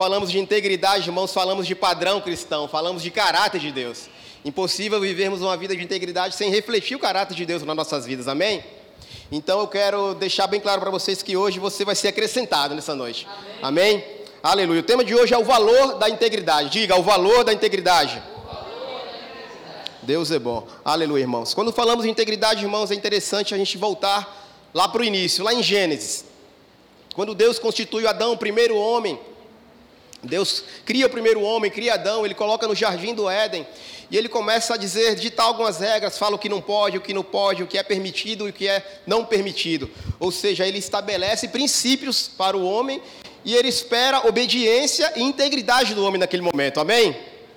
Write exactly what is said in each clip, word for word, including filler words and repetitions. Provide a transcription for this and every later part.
Falamos de integridade, irmãos, falamos de padrão cristão, falamos de caráter de Deus. Impossível vivermos uma vida de integridade sem refletir o caráter de Deus nas nossas vidas, amém? Então eu quero deixar bem claro para vocês que hoje você vai ser acrescentado nessa noite, amém? Amém? Aleluia. O tema de hoje é o valor da integridade. Diga, o valor da integridade. O valor da integridade. Deus é bom. Aleluia, irmãos. Quando falamos de integridade, irmãos, é interessante a gente voltar lá para o início, lá em Gênesis. Quando Deus constitui Adão, o primeiro homem, Deus cria o primeiro homem, cria Adão, ele coloca no jardim do Éden, e ele começa a dizer, ditar algumas regras, fala o que não pode, o que não pode, o que é permitido e o que é não permitido. Ou seja, ele estabelece princípios para o homem, e ele espera obediência e integridade do homem naquele momento, amém?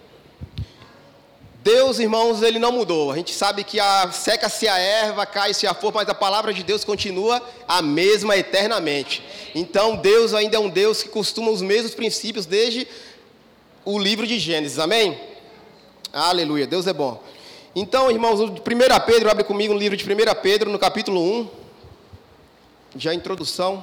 Deus, irmãos, ele não mudou. A gente sabe que a, seca-se a erva, cai-se a flor, mas a palavra de Deus continua a mesma eternamente. Então, Deus ainda é um Deus que costuma os mesmos princípios desde o livro de Gênesis, amém? Aleluia, Deus é bom. Então, irmãos, primeira Pedro, abre comigo no livro de primeira Pedro, no capítulo um, já a introdução.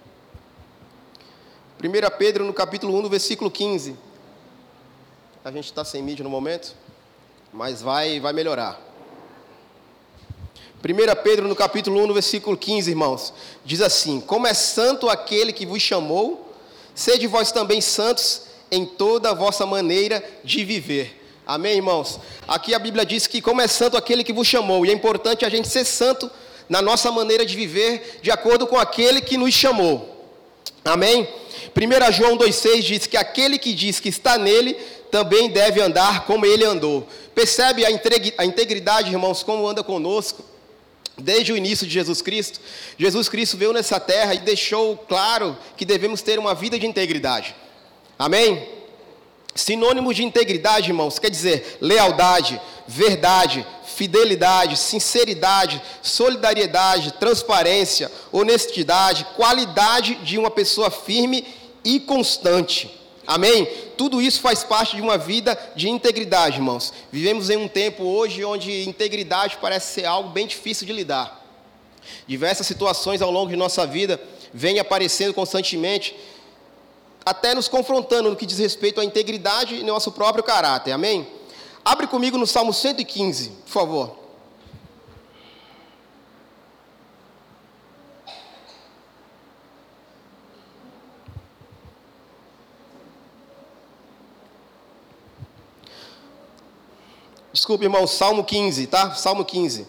primeira Pedro, no capítulo um, no versículo quinze. A gente está sem mídia no momento, mas vai, vai melhorar. primeira Pedro, no capítulo um, no versículo quinze, irmãos, diz assim: como é santo aquele que vos chamou, sede vós também santos em toda a vossa maneira de viver. Amém, irmãos? Aqui a Bíblia diz que como é santo aquele que vos chamou, e é importante a gente ser santo na nossa maneira de viver, de acordo com aquele que nos chamou. Amém? primeira João dois seis diz que aquele que diz que está nele, também deve andar como ele andou. Percebe a integridade, irmãos, como anda conosco? Desde o início de Jesus Cristo, Jesus Cristo veio nessa terra e deixou claro que devemos ter uma vida de integridade. Amém? Sinônimos de integridade, irmãos, quer dizer lealdade, verdade, fidelidade, sinceridade, solidariedade, transparência, honestidade, qualidade de uma pessoa firme e constante. Amém? Tudo isso faz parte de uma vida de integridade, irmãos. Vivemos em um tempo hoje onde integridade parece ser algo bem difícil de lidar. Diversas situações ao longo de nossa vida vêm aparecendo constantemente, até nos confrontando no que diz respeito à integridade e nosso próprio caráter. Amém? Abre comigo no Salmo cento e quinze, por favor. Desculpe, irmão, Salmo quinze, tá? Salmo quinze.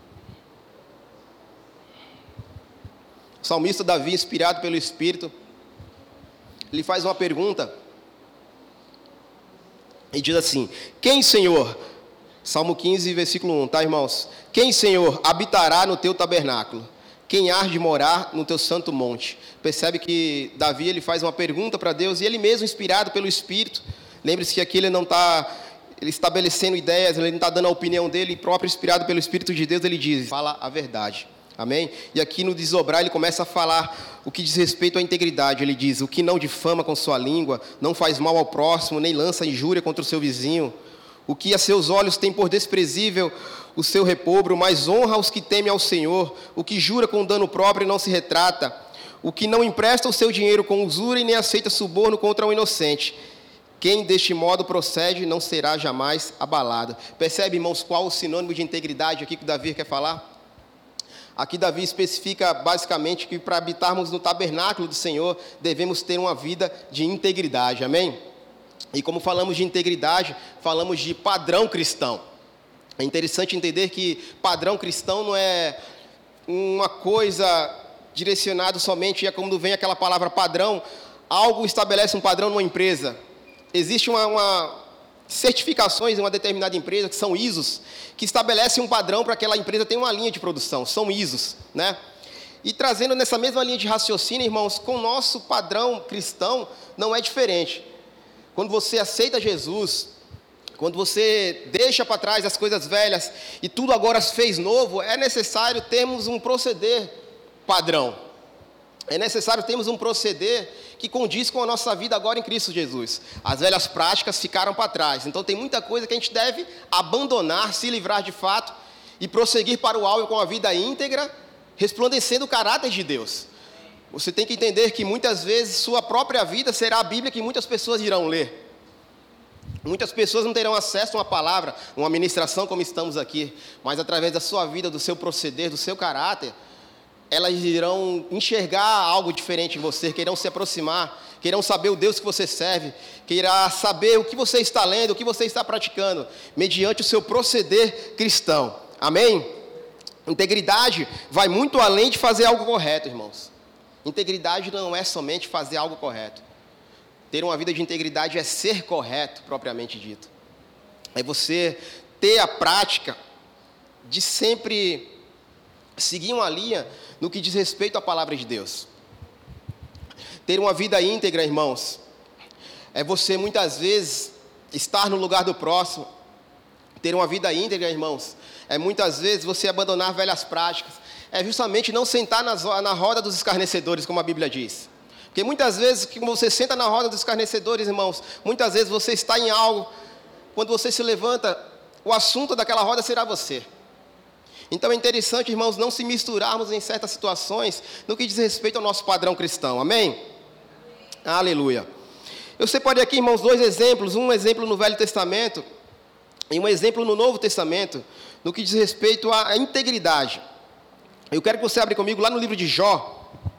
O salmista Davi, inspirado pelo Espírito, ele faz uma pergunta e diz assim: quem, Senhor, Salmo quinze, versículo um, tá, irmãos? Quem, Senhor, habitará no teu tabernáculo? Quem há de morar no teu santo monte? Percebe que Davi, ele faz uma pergunta para Deus, e ele mesmo, inspirado pelo Espírito, lembre-se que aqui ele não está ele estabelecendo ideias, ele não está dando a opinião dele, próprio inspirado pelo Espírito de Deus, ele diz, fala a verdade. Amém? E aqui no Desobrar ele começa a falar o que diz respeito à integridade. Ele diz: o que não difama com sua língua, não faz mal ao próximo, nem lança injúria contra o seu vizinho. O que a seus olhos tem por desprezível o seu repobro, mas honra os que temem ao Senhor. O que jura com dano próprio e não se retrata. O que não empresta o seu dinheiro com usura e nem aceita suborno contra um inocente. Quem deste modo procede não será jamais abalado. Percebe, irmãos, qual o sinônimo de integridade aqui que Davi quer falar? Aqui Davi especifica basicamente que para habitarmos no tabernáculo do Senhor, devemos ter uma vida de integridade, amém? E como falamos de integridade, falamos de padrão cristão. É interessante entender que padrão cristão não é uma coisa direcionada somente, é quando vem aquela palavra padrão, algo estabelece um padrão numa empresa. Existe uma... uma certificações em uma determinada empresa, que são I S Os, que estabelecem um padrão para que aquela empresa tenha uma linha de produção, são I S Os, né? E trazendo nessa mesma linha de raciocínio, irmãos, com o nosso padrão cristão, não é diferente. Quando você aceita Jesus, quando você deixa para trás as coisas velhas e tudo agora se fez novo, é necessário termos um proceder padrão. É necessário termos um proceder que condiz com a nossa vida agora em Cristo Jesus. As velhas práticas ficaram para trás. Então tem muita coisa que a gente deve abandonar, se livrar de fato e prosseguir para o alvo com a vida íntegra, resplandecendo o caráter de Deus. Você tem que entender que muitas vezes sua própria vida será a Bíblia que muitas pessoas irão ler. Muitas pessoas não terão acesso a uma palavra, uma ministração como estamos aqui, mas através da sua vida, do seu proceder, do seu caráter, elas irão enxergar algo diferente em você, queirão se aproximar, queirão saber o Deus que você serve, queirá saber o que você está lendo, o que você está praticando, mediante o seu proceder cristão. Amém? Integridade vai muito além de fazer algo correto, irmãos. Integridade não é somente fazer algo correto. Ter uma vida de integridade é ser correto, propriamente dito. É você ter a prática de sempre seguir uma linha no que diz respeito à palavra de Deus. Ter uma vida íntegra, irmãos, é você muitas vezes estar no lugar do próximo. Ter uma vida íntegra, irmãos, é muitas vezes você abandonar velhas práticas. É justamente não sentar nas, na roda dos escarnecedores, como a Bíblia diz. Porque muitas vezes, quando você senta na roda dos escarnecedores, irmãos, muitas vezes você está em algo, quando você se levanta, o assunto daquela roda será você. Então é interessante, irmãos, não se misturarmos em certas situações no que diz respeito ao nosso padrão cristão. Amém? Amém. Aleluia. Eu separei aqui, irmãos, dois exemplos. Um exemplo no Velho Testamento e um exemplo no Novo Testamento, no que diz respeito à integridade. Eu quero que você abra comigo lá no livro de Jó.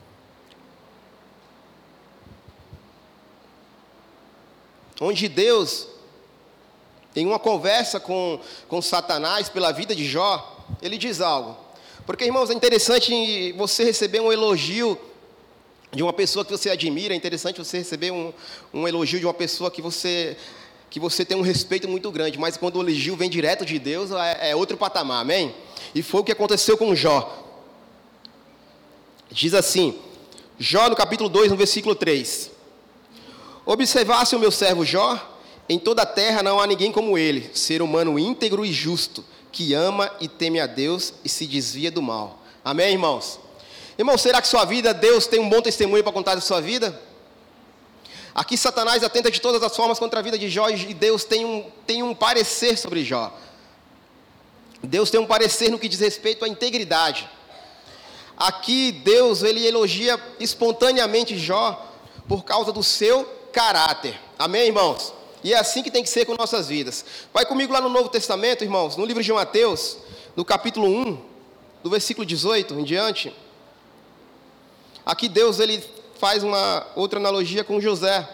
Onde Deus, em uma conversa com, com Satanás pela vida de Jó, ele diz algo. Porque, irmãos, é interessante você receber um elogio de uma pessoa que você admira, é interessante você receber um, um elogio de uma pessoa que você, que você tem um respeito muito grande, mas quando o elogio vem direto de Deus, é, é outro patamar, amém? E foi o que aconteceu com Jó. Diz assim, Jó no capítulo dois, no versículo três. Observasse o meu servo Jó, em toda a terra não há ninguém como ele, ser humano íntegro e justo, que ama e teme a Deus e se desvia do mal. Amém, irmãos? Irmãos, será que sua vida, Deus tem um bom testemunho para contar da sua vida? Aqui Satanás atenta de todas as formas contra a vida de Jó e Deus tem um, tem um parecer sobre Jó. Deus tem um parecer no que diz respeito à integridade. Aqui Deus, ele elogia espontaneamente Jó por causa do seu caráter. Amém, irmãos? E é assim que tem que ser com nossas vidas. Vai comigo lá no Novo Testamento, irmãos, no livro de Mateus, no capítulo um, do versículo dezoito em diante. Aqui Deus, ele faz uma outra analogia com José.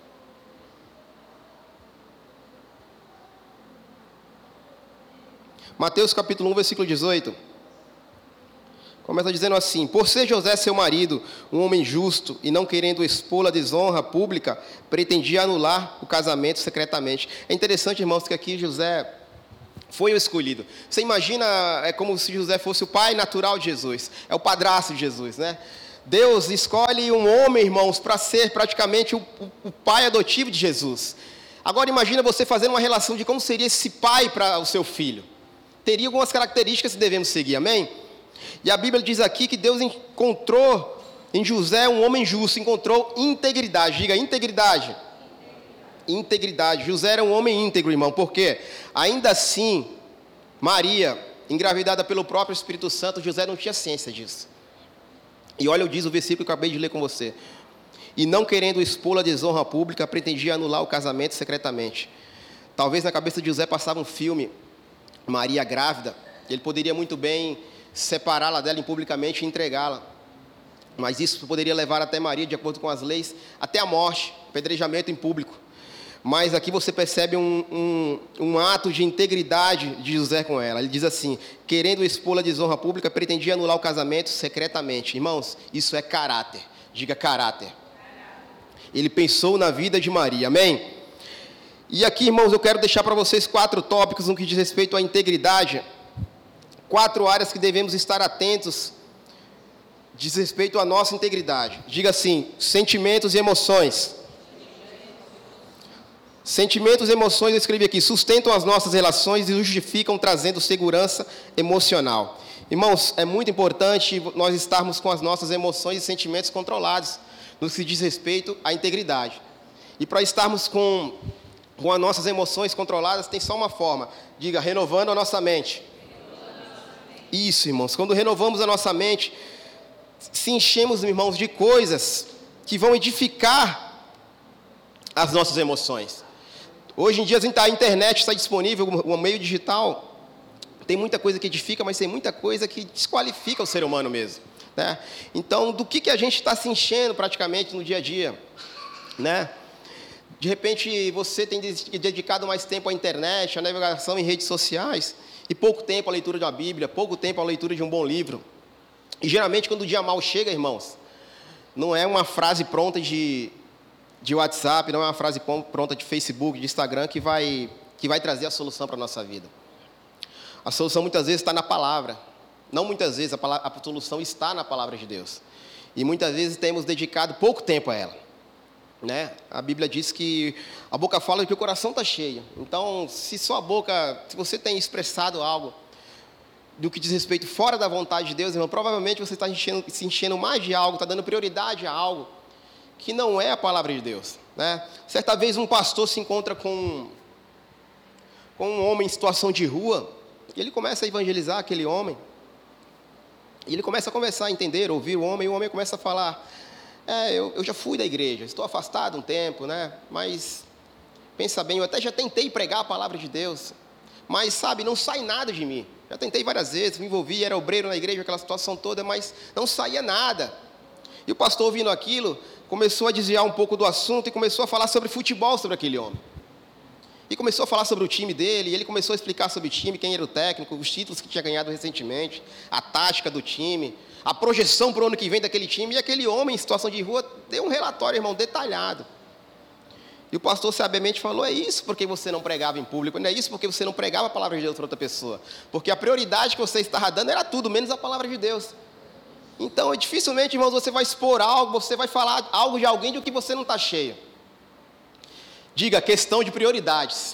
Mateus capítulo um, versículo dezoito. Começa dizendo assim: por ser José seu marido, um homem justo, e não querendo expô-la à desonra pública, pretendia anular o casamento secretamente. É interessante, irmãos, que aqui José foi o escolhido. Você imagina, é como se José fosse o pai natural de Jesus, é o padrasto de Jesus, né? Deus escolhe um homem, irmãos, para ser praticamente o, o, o pai adotivo de Jesus. Agora imagina você fazendo uma relação de como seria esse pai para o seu filho. Teria algumas características que devemos seguir, amém? E a Bíblia diz aqui que Deus encontrou em José um homem justo, encontrou integridade. Diga, integridade. Integridade. José era um homem íntegro, irmão. Por quê? Ainda assim, Maria, engravidada pelo próprio Espírito Santo, José não tinha ciência disso. E olha, diz o versículo que eu acabei de ler com você. E não querendo expô-la à desonra pública, pretendia anular o casamento secretamente. Talvez na cabeça de José passava um filme, Maria grávida. Ele poderia muito bem separá-la dela publicamente e entregá-la. Mas isso poderia levar até Maria, de acordo com as leis, até a morte, apedrejamento em público. Mas aqui você percebe um, um, um ato de integridade de José com ela. Ele diz assim: querendo expô-la à desonra pública, pretendia anular o casamento secretamente. Irmãos, isso é caráter. Diga caráter. Ele pensou na vida de Maria, amém? E aqui, irmãos, eu quero deixar para vocês quatro tópicos no que diz respeito à integridade. Quatro áreas que devemos estar atentos diz respeito à nossa integridade. Diga assim: sentimentos e emoções. Sentimentos e emoções, eu escrevi aqui, sustentam as nossas relações e justificam trazendo segurança emocional. Irmãos, é muito importante nós estarmos com as nossas emoções e sentimentos controlados no que diz respeito à integridade. E para estarmos com, com as nossas emoções controladas, tem só uma forma. Diga, renovando a nossa mente. Isso, irmãos. Quando renovamos a nossa mente, se enchemos, irmãos, de coisas que vão edificar as nossas emoções. Hoje em dia a internet está disponível, o meio digital, tem muita coisa que edifica, mas tem muita coisa que desqualifica o ser humano mesmo, né? Então, do que, que a gente está se enchendo praticamente no dia a dia, né? De repente, você tem dedicado mais tempo à internet, à navegação em redes sociais, e pouco tempo à leitura da Bíblia, pouco tempo à leitura de um bom livro. E geralmente, quando o dia mal chega, irmãos, não é uma frase pronta de, de WhatsApp, não é uma frase pronta de Facebook, de Instagram, que vai, que vai trazer a solução para a nossa vida. A solução muitas vezes está na palavra. Não muitas vezes, a, palavra, a solução está na palavra de Deus. E muitas vezes temos dedicado pouco tempo a ela, né? A Bíblia diz que a boca fala que o coração está cheio. Então, se sua boca, se você tem expressado algo do que diz respeito fora da vontade de Deus, irmão, provavelmente você está enchendo, se enchendo mais de algo, está dando prioridade a algo que não é a palavra de Deus, né? Certa vez um pastor se encontra com, com um homem em situação de rua, e ele começa a evangelizar aquele homem, e ele começa a conversar, a entender, ouvir o homem, e o homem começa a falar: é, eu, eu já fui da igreja, estou afastado um tempo, né? Mas, pensa bem, eu até já tentei pregar a palavra de Deus, mas, sabe, não sai nada de mim. Já tentei várias vezes, me envolvi, era obreiro na igreja, aquela situação toda, mas não saía nada. E o pastor, ouvindo aquilo, começou a desviar um pouco do assunto e começou a falar sobre futebol, sobre aquele homem. E começou a falar sobre o time dele, e ele começou a explicar sobre o time, quem era o técnico, os títulos que tinha ganhado recentemente, a tática do time, a projeção para o ano que vem daquele time, e aquele homem em situação de rua deu um relatório, irmão, detalhado. E o pastor sabiamente falou: é isso porque você não pregava em público, não é isso porque você não pregava a palavra de Deus para outra pessoa, porque a prioridade que você estava dando era tudo, menos a palavra de Deus. Então, dificilmente, irmãos, você vai expor algo, você vai falar algo de alguém de que você não está cheio. Diga: questão de prioridades.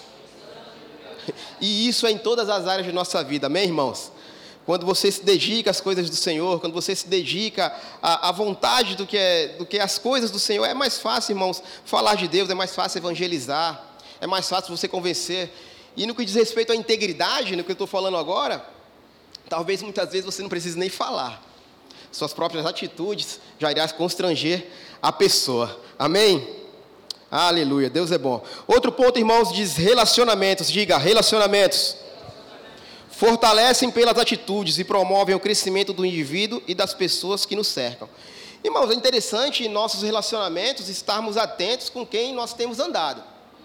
E isso é em todas as áreas de nossa vida, amém, irmãos? Quando você se dedica às coisas do Senhor, quando você se dedica à, à vontade do que, é, do que as coisas do Senhor, é mais fácil, irmãos, falar de Deus, é mais fácil evangelizar, é mais fácil você convencer. E no que diz respeito à integridade, no que eu estou falando agora, talvez muitas vezes você não precise nem falar. Suas próprias atitudes já irão constranger a pessoa. Amém? Aleluia, Deus é bom. Outro ponto, irmãos, diz relacionamentos. Diga: relacionamentos. Fortalecem pelas atitudes e promovem o crescimento do indivíduo e das pessoas que nos cercam. Irmãos, é interessante em nossos relacionamentos estarmos atentos com quem nós temos andado.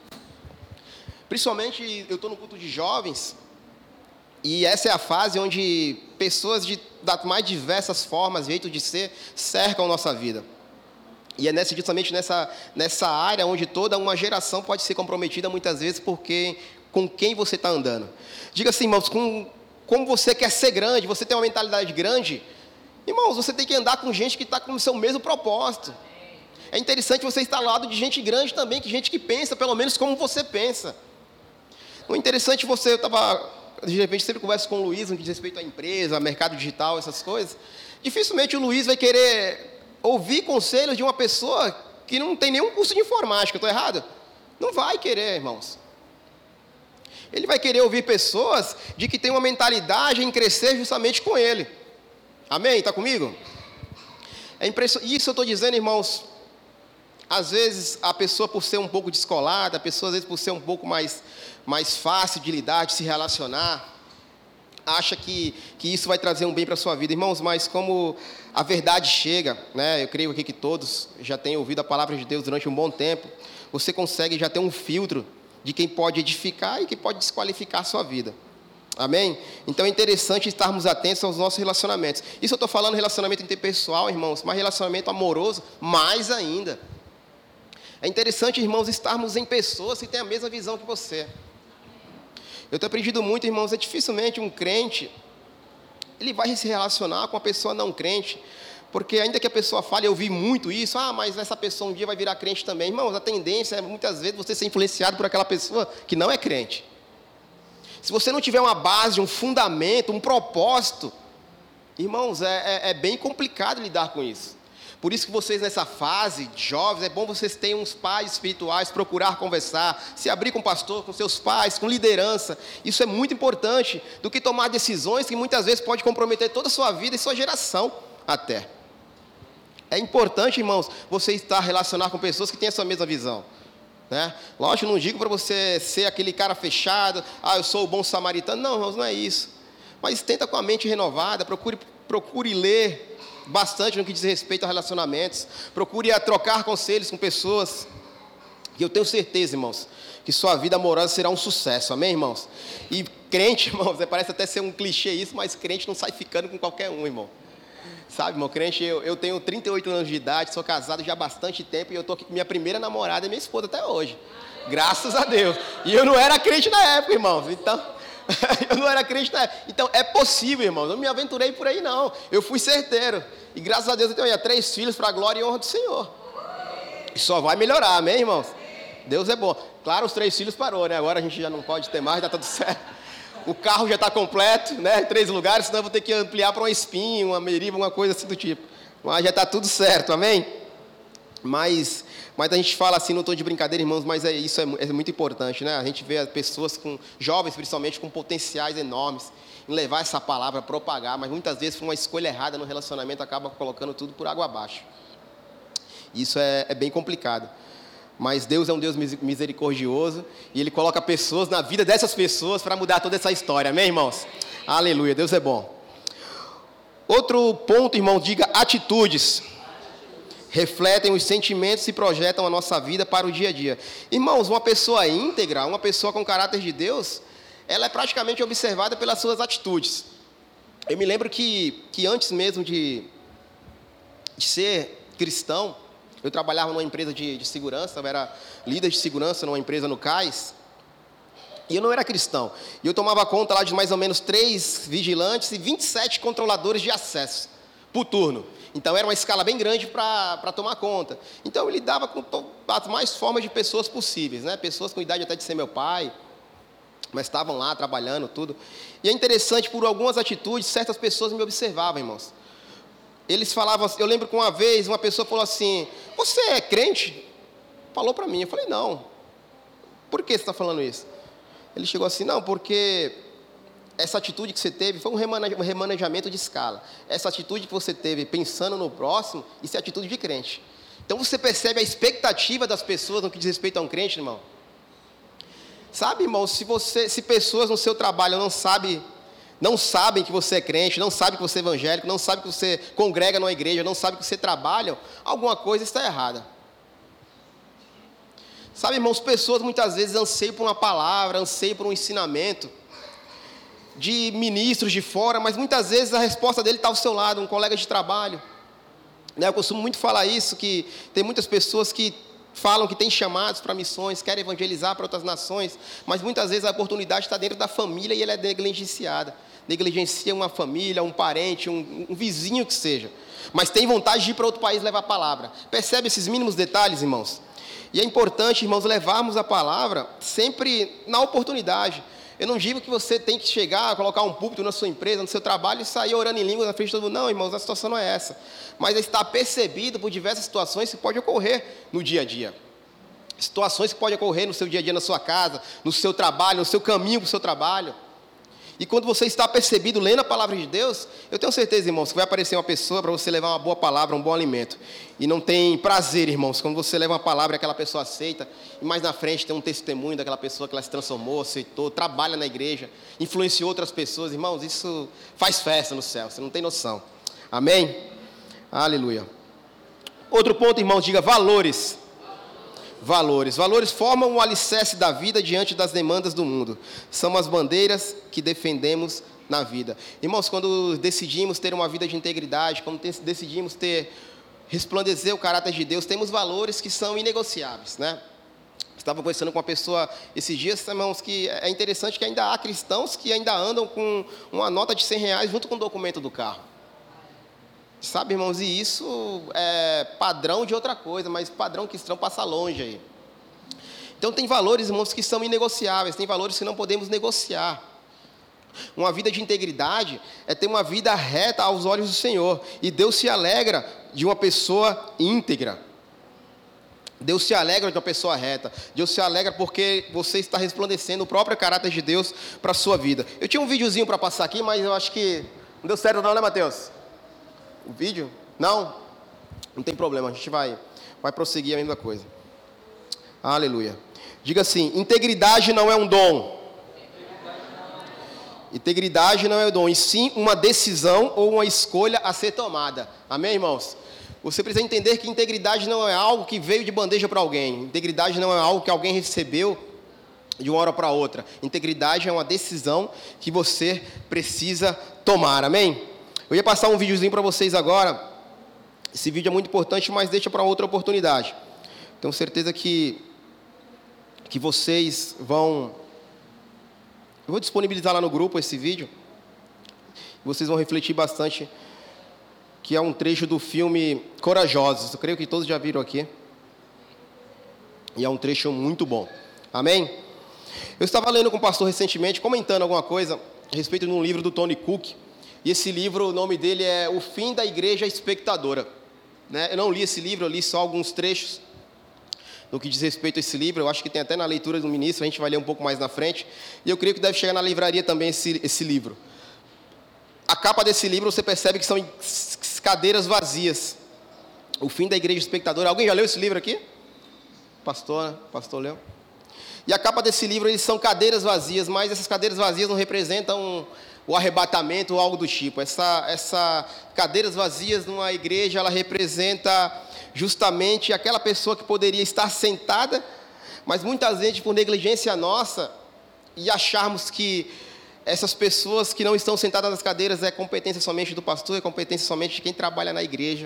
Principalmente, eu estou no culto de jovens, e essa é a fase onde pessoas de, das mais diversas formas, jeitos de ser, cercam a nossa vida. E é nessa, justamente nessa, nessa área onde toda uma geração pode ser comprometida muitas vezes porque com quem você está andando. Diga assim, irmãos, com, como você quer ser grande, você tem uma mentalidade grande, irmãos, você tem que andar com gente que está com o seu mesmo propósito. É interessante você estar ao lado de gente grande também, que gente que pensa, pelo menos como você pensa. Não é interessante você, eu estava, de repente, sempre converso com o Luiz, no que diz respeito à empresa, mercado digital, essas coisas. Dificilmente o Luiz vai querer ouvir conselhos de uma pessoa que não tem nenhum curso de informática, estou errado? Não vai querer, irmãos. Ele vai querer ouvir pessoas de que têm uma mentalidade em crescer justamente com ele. Amém? Está comigo? É impression... Isso eu estou dizendo, irmãos, às vezes a pessoa por ser um pouco descolada, a pessoa às vezes por ser um pouco mais, mais fácil de lidar, de se relacionar, acha que, que isso vai trazer um bem para a sua vida. Irmãos, mas como a verdade chega, né? Eu creio aqui que todos já têm ouvido a palavra de Deus durante um bom tempo, você consegue já ter um filtro de quem pode edificar e quem pode desqualificar a sua vida. Amém? Então é interessante estarmos atentos aos nossos relacionamentos. Isso eu estou falando relacionamento interpessoal, irmãos, mas relacionamento amoroso, mais ainda. É interessante, irmãos, estarmos em pessoas que têm a mesma visão que você. Eu tenho aprendido muito, irmãos, é dificilmente um crente, ele vai se relacionar com uma pessoa não crente, porque ainda que a pessoa fale, eu vi muito isso, ah, mas essa pessoa um dia vai virar crente também. Irmãos, a tendência é muitas vezes você ser influenciado por aquela pessoa que não é crente. Se você não tiver uma base, um fundamento, um propósito, irmãos, é, é, é bem complicado lidar com isso. Por isso que vocês nessa fase, jovens, é bom vocês terem uns pais espirituais, procurar conversar, se abrir com o pastor, com seus pais, com liderança. Isso é muito importante do que tomar decisões que muitas vezes pode comprometer toda a sua vida e sua geração até. É importante, irmãos, você estar relacionar com pessoas que têm essa mesma visão. Né? Lógico, não digo para você ser aquele cara fechado, ah, eu sou o bom samaritano. Não, irmãos, não é isso. Mas tenta com a mente renovada, procure, procure ler bastante no que diz respeito a relacionamentos, procure a trocar conselhos com pessoas, que eu tenho certeza, irmãos, que sua vida amorosa será um sucesso, amém, irmãos? E crente, irmãos, parece até ser um clichê isso, mas crente não sai ficando com qualquer um, irmão. Sabe, irmão, crente, eu, eu tenho trinta e oito anos de idade, sou casado já há bastante tempo, e eu estou aqui com minha primeira namorada e minha esposa até hoje. Graças a Deus. E eu não era crente na época, irmãos, então... eu não era crente na época. Então, é possível, irmãos, eu não me aventurei por aí, não. Eu fui certeiro. E graças a Deus eu tenho aí, três filhos para a glória e honra do Senhor. E só vai melhorar, amém, irmãos? Deus é bom. Claro, os três filhos parou, né? Agora a gente já não pode ter mais, está tudo certo. O carro já está completo, né? Três lugares, senão eu vou ter que ampliar para uma espinha, uma meriva, uma coisa assim do tipo. Mas já está tudo certo, amém? Mas, mas a gente fala assim, não estou de brincadeira, irmãos, mas é, isso é, é muito importante, né? A gente vê pessoas, com jovens principalmente, com potenciais enormes em levar essa palavra, propagar, mas muitas vezes por uma escolha errada no relacionamento acaba colocando tudo por água abaixo. Isso é, é bem complicado. Mas Deus é um Deus misericordioso e Ele coloca pessoas na vida dessas pessoas para mudar toda essa história, amém, irmãos? Aleluia, Deus é bom. Outro ponto, irmão, diga atitudes. Refletem os sentimentos e projetam a nossa vida para o dia a dia. Irmãos, uma pessoa íntegra, uma pessoa com caráter de Deus, ela é praticamente observada pelas suas atitudes. Eu me lembro que, que antes mesmo de, de ser cristão, eu trabalhava numa empresa de, de segurança, eu era líder de segurança numa empresa no Cais, e eu não era cristão. E eu tomava conta lá de mais ou menos três vigilantes e vinte e sete controladores de acesso por turno. Então era uma escala bem grande para tomar conta. Então eu lidava com as mais formas de pessoas possíveis, né? Pessoas com idade até de ser meu pai, mas estavam lá trabalhando, tudo. E é interessante, por algumas atitudes, certas pessoas me observavam, irmãos. Eles falavam, eu lembro que uma vez uma pessoa falou assim, você é crente? Falou para mim, eu falei, não. Por que você está falando isso? Ele chegou assim, não, porque essa atitude que você teve foi um remanejamento de escala. Essa atitude que você teve pensando no próximo, isso é atitude de crente. Então você percebe a expectativa das pessoas no que diz respeito a um crente, irmão? Sabe, irmão, se, você, se pessoas no seu trabalho não sabem... não sabem que você é crente, não sabem que você é evangélico, não sabem que você congrega numa igreja, não sabem que você trabalha, alguma coisa está errada. Sabe, irmãos, pessoas muitas vezes anseiam por uma palavra, anseiam por um ensinamento de ministros de fora, mas muitas vezes a resposta dele está ao seu lado, um colega de trabalho. Eu costumo muito falar isso, que tem muitas pessoas que falam que têm chamados para missões, querem evangelizar para outras nações, mas muitas vezes a oportunidade está dentro da família e ela é negligenciada. Negligencia uma família, um parente, um, um vizinho que seja. Mas tem vontade de ir para outro país levar a palavra. Percebe esses mínimos detalhes, irmãos? E é importante, irmãos, levarmos a palavra sempre na oportunidade. Eu não digo que você tem que chegar, colocar um púlpito na sua empresa, no seu trabalho e sair orando em línguas na frente de todo mundo. Não, irmãos, a situação não é essa. Mas está percebido por diversas situações que podem ocorrer no dia a dia. Situações que podem ocorrer no seu dia a dia, na sua casa, no seu trabalho, no seu caminho para o seu trabalho. E quando você está percebido, lendo a palavra de Deus, eu tenho certeza, irmãos, que vai aparecer uma pessoa para você levar uma boa palavra, um bom alimento. E não tem prazer, irmãos, quando você leva uma palavra e aquela pessoa aceita, e mais na frente tem um testemunho daquela pessoa que ela se transformou, aceitou, trabalha na igreja, influenciou outras pessoas. Irmãos, isso faz festa no céu, você não tem noção. Amém? Aleluia. Outro ponto, irmãos, diga valores. Valores. Valores formam o alicerce da vida diante das demandas do mundo. São as bandeiras que defendemos na vida. Irmãos, quando decidimos ter uma vida de integridade, quando decidimos ter, resplandecer o caráter de Deus, temos valores que são inegociáveis, né? Estava conversando com uma pessoa esses dias, irmãos, que é interessante que ainda há cristãos que ainda andam com uma nota de cem reais junto com o documento do carro. Sabe, irmãos, e isso é padrão de outra coisa, mas padrão cristão passa longe aí. Então tem valores, irmãos, que são inegociáveis, tem valores que não podemos negociar. Uma vida de integridade é ter uma vida reta aos olhos do Senhor, e Deus se alegra de uma pessoa íntegra. Deus se alegra de uma pessoa reta. Deus se alegra porque você está resplandecendo o próprio caráter de Deus para a sua vida. Eu tinha um videozinho para passar aqui, mas eu acho que não deu certo não, né, Mateus? O vídeo? Não? Não tem problema, a gente vai, vai prosseguir a mesma coisa. Aleluia. Diga assim: integridade não é um dom. Integridade não é um dom, e sim uma decisão ou uma escolha a ser tomada. Amém, irmãos? Você precisa entender que integridade não é algo que veio de bandeja para alguém. Integridade não é algo que alguém recebeu de uma hora para outra. Integridade é uma decisão que você precisa tomar. Amém? Eu ia passar um videozinho para vocês agora. Esse vídeo é muito importante, mas deixa para outra oportunidade. Tenho certeza que, que vocês vão... Eu vou disponibilizar lá no grupo esse vídeo. Vocês vão refletir bastante, que é um trecho do filme Corajosos. Eu creio que todos já viram aqui. E é um trecho muito bom. Amém? Eu estava lendo com o pastor recentemente, comentando alguma coisa a respeito de um livro do Tony Cook. E esse livro, o nome dele é O Fim da Igreja Espectadora. Né? Eu não li esse livro, eu li só alguns trechos no que diz respeito a esse livro. Eu acho que tem até na leitura do ministro, a gente vai ler um pouco mais na frente. E eu creio que deve chegar na livraria também esse, esse livro. A capa desse livro você percebe que são cadeiras vazias. O Fim da Igreja Espectadora. Alguém já leu esse livro aqui? Pastor, né? Pastor leu. E a capa desse livro, eles são cadeiras vazias, mas essas cadeiras vazias não representam o arrebatamento ou algo do tipo. Essa, essa cadeiras vazias numa igreja, ela representa justamente aquela pessoa que poderia estar sentada, mas muitas vezes por negligência nossa, e acharmos que essas pessoas que não estão sentadas nas cadeiras é competência somente do pastor, é competência somente de quem trabalha na igreja.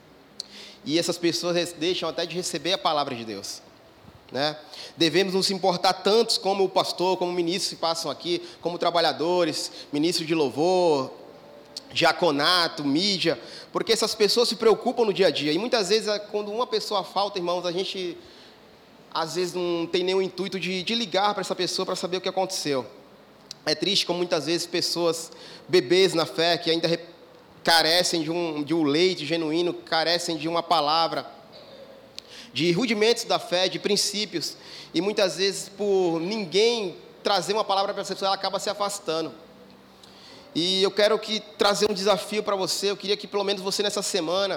E essas pessoas deixam até de receber a palavra de Deus. Né? Devemos nos importar tantos como o pastor, como ministros que passam aqui, como trabalhadores, ministro de louvor, diaconato, mídia, porque essas pessoas se preocupam no dia a dia. E muitas vezes, quando uma pessoa falta, irmãos, a gente às vezes não tem nenhum intuito de, de ligar para essa pessoa para saber o que aconteceu. É triste como muitas vezes pessoas, bebês na fé, que ainda carecem de um, de um leite genuíno, carecem de uma palavra, de rudimentos da fé, de princípios, e muitas vezes por ninguém trazer uma palavra para essa pessoa, ela acaba se afastando. E eu quero que trazer um desafio para você. Eu queria que pelo menos você nessa semana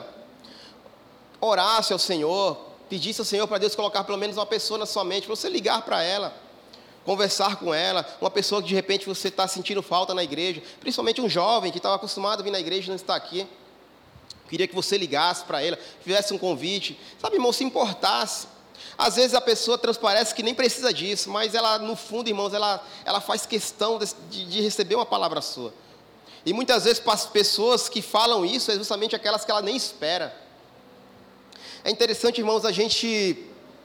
orasse ao Senhor, pedisse ao Senhor para Deus colocar pelo menos uma pessoa na sua mente, para você ligar para ela, conversar com ela, uma pessoa que de repente você está sentindo falta na igreja, principalmente um jovem que estava acostumado a vir na igreja e não está aqui. Eu queria que você ligasse para ela, fizesse um convite, sabe, irmão, se importasse. Às vezes a pessoa transparece que nem precisa disso, mas ela, no fundo, irmãos, ela, ela faz questão de, de receber uma palavra sua. E muitas vezes para as pessoas que falam isso, é justamente aquelas que ela nem espera. É interessante, irmãos, a gente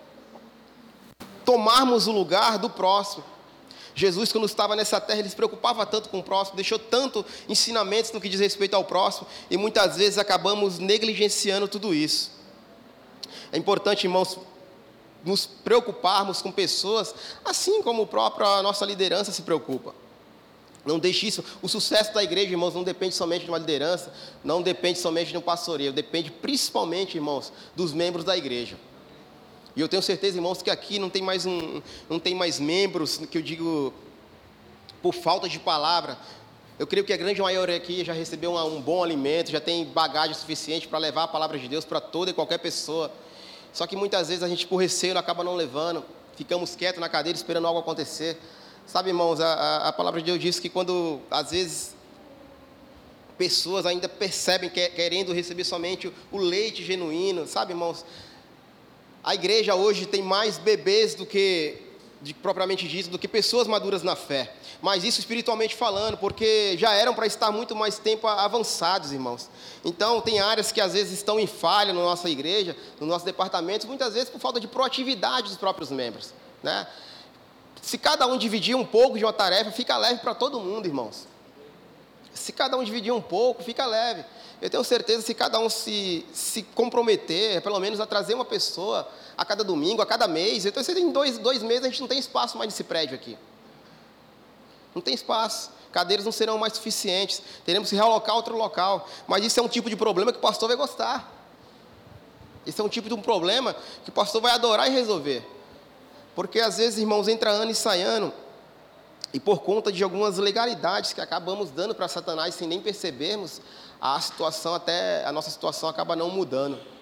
tomarmos o lugar do próximo. Jesus, quando estava nessa terra, ele se preocupava tanto com o próximo, deixou tanto ensinamentos no que diz respeito ao próximo, e muitas vezes acabamos negligenciando tudo isso. É importante, irmãos, nos preocuparmos com pessoas, assim como a própria nossa liderança se preocupa. Não deixe isso. O sucesso da igreja, irmãos, não depende somente de uma liderança, não depende somente de um pastoreio, depende principalmente, irmãos, dos membros da igreja. E eu tenho certeza, irmãos, que aqui não tem mais, um, não tem mais membros, que eu digo, por falta de palavra. Eu creio que a grande maioria aqui já recebeu um, um bom alimento, já tem bagagem suficiente para levar a palavra de Deus para toda e qualquer pessoa. Só que muitas vezes a gente, por receio, acaba não levando, ficamos quietos na cadeira esperando algo acontecer. Sabe, irmãos, a, a, a palavra de Deus diz que quando, às vezes, pessoas ainda percebem que, querendo receber somente o, o leite genuíno, sabe, irmãos, a igreja hoje tem mais bebês do que, de, propriamente dito, do que pessoas maduras na fé. Mas isso espiritualmente falando, porque já eram para estar muito mais tempo avançados, irmãos. Então, tem áreas que às vezes estão em falha na nossa igreja, no nosso departamento, muitas vezes por falta de proatividade dos próprios membros, né? Se cada um dividir um pouco de uma tarefa, fica leve para todo mundo, irmãos. Se cada um dividir um pouco, fica leve. Eu tenho certeza que se cada um se, se comprometer, pelo menos a trazer uma pessoa a cada domingo, a cada mês, eu tenho certeza que em dois, dois meses a gente não tem espaço mais nesse prédio aqui. Não tem espaço. Cadeiras não serão mais suficientes. Teremos que realocar outro local. Mas isso é um tipo de problema que o pastor vai gostar. Isso é um tipo de um problema que o pastor vai adorar e resolver. Porque às vezes, irmãos, entra ano e sai ano, e por conta de algumas legalidades que acabamos dando para Satanás sem nem percebermos, a situação até, a nossa situação acaba não mudando.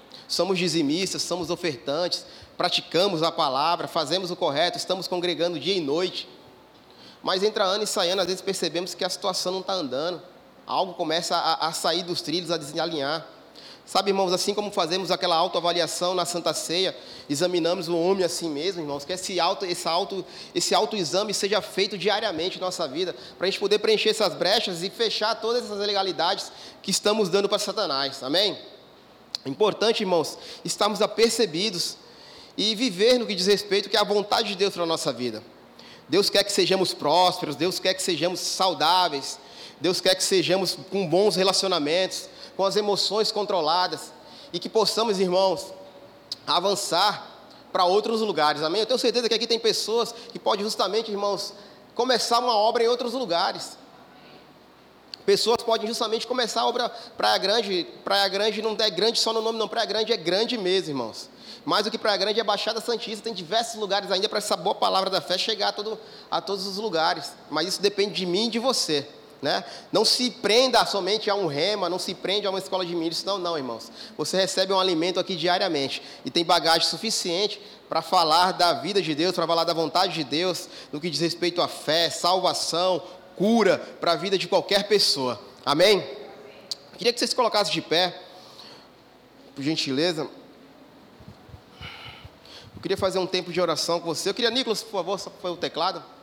somos dizimistas, somos ofertantes, praticamos a palavra, fazemos o correto, estamos congregando dia e noite. Mas entra ano e sai ano, às vezes percebemos que a situação não está andando. Algo começa a, a sair dos trilhos, a desalinhar. Sabe, irmãos, assim como fazemos aquela autoavaliação na Santa Ceia, examinamos o homem assim mesmo, irmãos, que esse, auto, esse, auto, esse autoexame seja feito diariamente em nossa vida, para a gente poder preencher essas brechas e fechar todas essas ilegalidades que estamos dando para Satanás, amém? É importante, irmãos, estarmos apercebidos e viver no que diz respeito que é a vontade de Deus para a nossa vida. Deus quer que sejamos prósperos, Deus quer que sejamos saudáveis, Deus quer que sejamos com bons relacionamentos, com as emoções controladas, e que possamos, irmãos, avançar para outros lugares, amém? Eu tenho certeza que aqui tem pessoas que podem justamente, irmãos, começar uma obra em outros lugares. Pessoas podem justamente começar a obra Praia Grande. Praia Grande não é grande só no nome, não. Praia Grande é grande mesmo, irmãos. Mais do que Praia Grande é Baixada Santista. Tem diversos lugares ainda para essa boa palavra da fé chegar a, todo, a todos os lugares. Mas isso depende de mim e de você, né? Não se prenda somente a um rema, não se prende a uma escola de milhos. Não, não, irmãos. Você recebe um alimento aqui diariamente. E tem bagagem suficiente para falar da vida de Deus, para falar da vontade de Deus, no que diz respeito à fé, salvação, cura para a vida de qualquer pessoa. Amém? Queria que vocês se colocassem de pé, por gentileza. Eu queria fazer um tempo de oração com você. Eu queria, Nicolas, por favor, só foi o teclado.